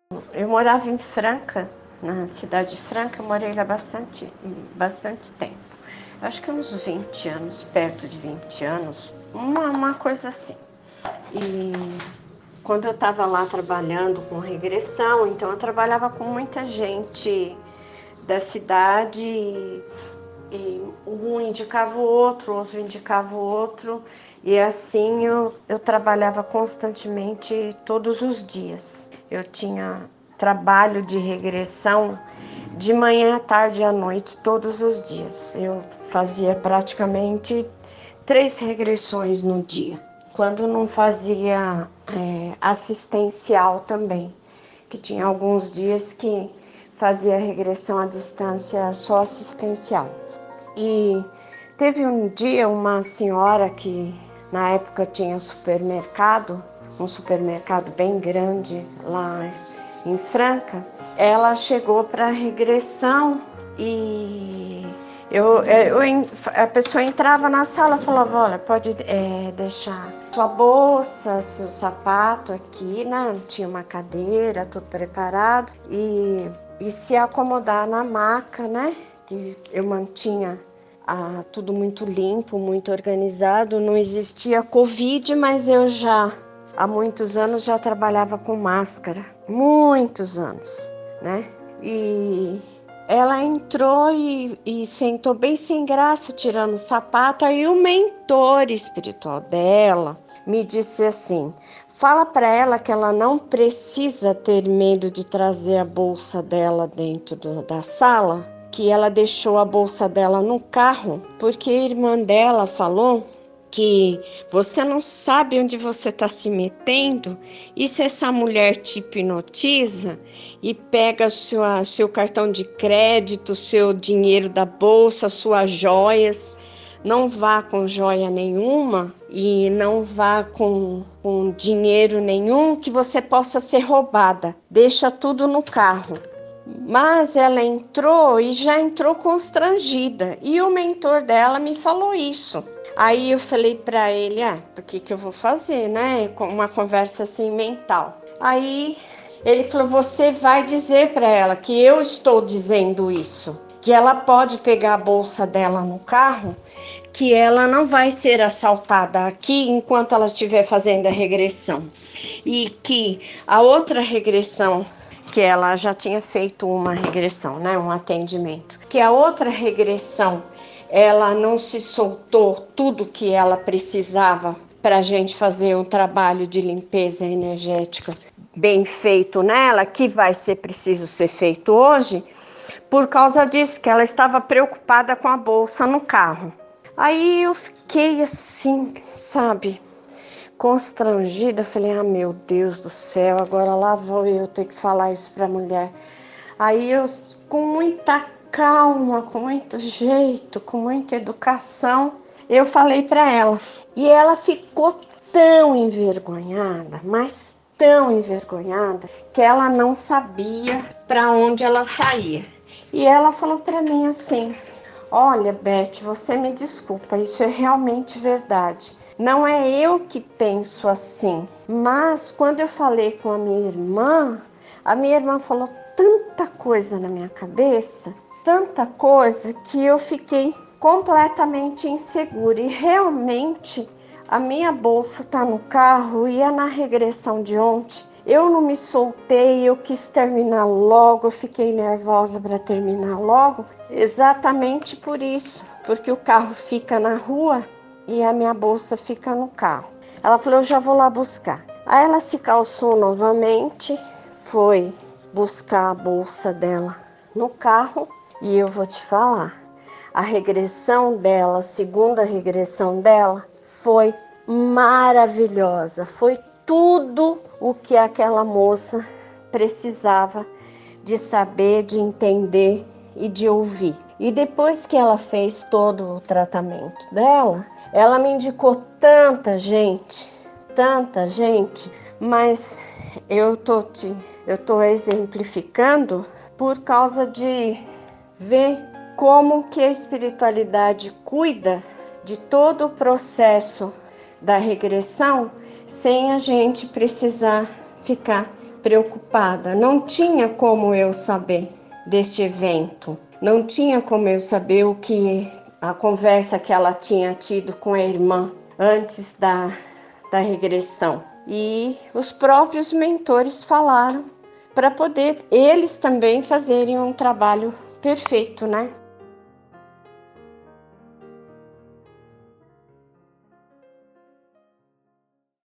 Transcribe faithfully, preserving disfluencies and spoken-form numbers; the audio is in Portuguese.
Eu morava em Franca, na cidade de Franca, eu morei lá bastante, bastante tempo. Acho que uns vinte anos, perto de vinte anos, uma, uma coisa assim. E quando eu estava lá trabalhando com regressão, então eu trabalhava com muita gente da cidade e, e um indicava o outro, o outro indicava o outro. E assim eu, eu trabalhava constantemente todos os dias. Eu tinha trabalho de regressão de manhã, à tarde e à noite, todos os dias. Eu fazia praticamente três regressões no dia. Quando não fazia é, assistencial também, que tinha alguns dias que fazia regressão à distância só assistencial. E teve um dia uma senhora que na época tinha supermercado, um supermercado bem grande lá em Franca. Ela chegou para regressão e eu, eu, a pessoa entrava na sala e falava, olha, pode é, deixar sua bolsa, seu sapato aqui, né? Tinha uma cadeira, tudo preparado, e, e se acomodar na maca, né? Que eu mantinha ah, tudo muito limpo, muito organizado. Não existia Covid, mas eu já há muitos anos já trabalhava com máscara, muitos anos, né? E ela entrou e, e sentou bem sem graça, tirando o sapato. Aí o mentor espiritual dela me disse assim, fala para ela que ela não precisa ter medo de trazer a bolsa dela dentro do, da sala, que ela deixou a bolsa dela no carro, porque a irmã dela falou que você não sabe onde você está se metendo, e se essa mulher te hipnotiza e pega sua, seu cartão de crédito, seu dinheiro da bolsa, suas joias, não vá com joia nenhuma e não vá com, com dinheiro nenhum que você possa ser roubada. Deixa tudo no carro. Mas ela entrou e já entrou constrangida. E o mentor dela me falou isso. Aí eu falei para ele, ah, o que que eu vou fazer, né? Com uma conversa assim mental. Aí ele falou, você vai dizer para ela que eu estou dizendo isso, que ela pode pegar a bolsa dela no carro, que ela não vai ser assaltada aqui enquanto ela estiver fazendo a regressão. E que a outra regressão, que ela já tinha feito uma regressão, né, um atendimento, que a outra regressão, ela não se soltou tudo que ela precisava para a gente fazer um trabalho de limpeza energética bem feito nela, que vai ser preciso ser feito hoje, por causa disso, que ela estava preocupada com a bolsa no carro. Aí eu fiquei assim, sabe, constrangida, falei, ah, meu Deus do céu, agora lá vou eu ter que falar isso para a mulher. Aí eu, com muita calma, com muito jeito, com muita educação, eu falei para ela. E ela ficou tão envergonhada, mas tão envergonhada, que ela não sabia para onde ela saía. E ela falou para mim assim, olha, Beth, você me desculpa, isso é realmente verdade. Não é eu que penso assim, mas quando eu falei com a minha irmã, a minha irmã falou tanta coisa na minha cabeça, tanta coisa, que eu fiquei completamente insegura. E realmente a minha bolsa está no carro e é na regressão de ontem. Eu não me soltei, eu quis terminar logo, eu fiquei nervosa para terminar logo, exatamente por isso, porque o carro fica na rua e a minha bolsa fica no carro. Ela falou, eu já vou lá buscar. Aí ela se calçou novamente, foi buscar a bolsa dela no carro e eu vou te falar, a regressão dela, a segunda regressão dela, foi maravilhosa, foi tudo o que aquela moça precisava de saber, de entender e de ouvir. E depois que ela fez todo o tratamento dela, ela me indicou tanta gente, tanta gente, mas eu tô te, eu tô exemplificando por causa de ver como que a espiritualidade cuida de todo o processo da regressão sem a gente precisar ficar preocupada. Não tinha como eu saber deste evento. Não tinha como eu saber o que a conversa que ela tinha tido com a irmã antes da, da regressão. E os próprios mentores falaram para poder eles também fazerem um trabalho perfeito, né?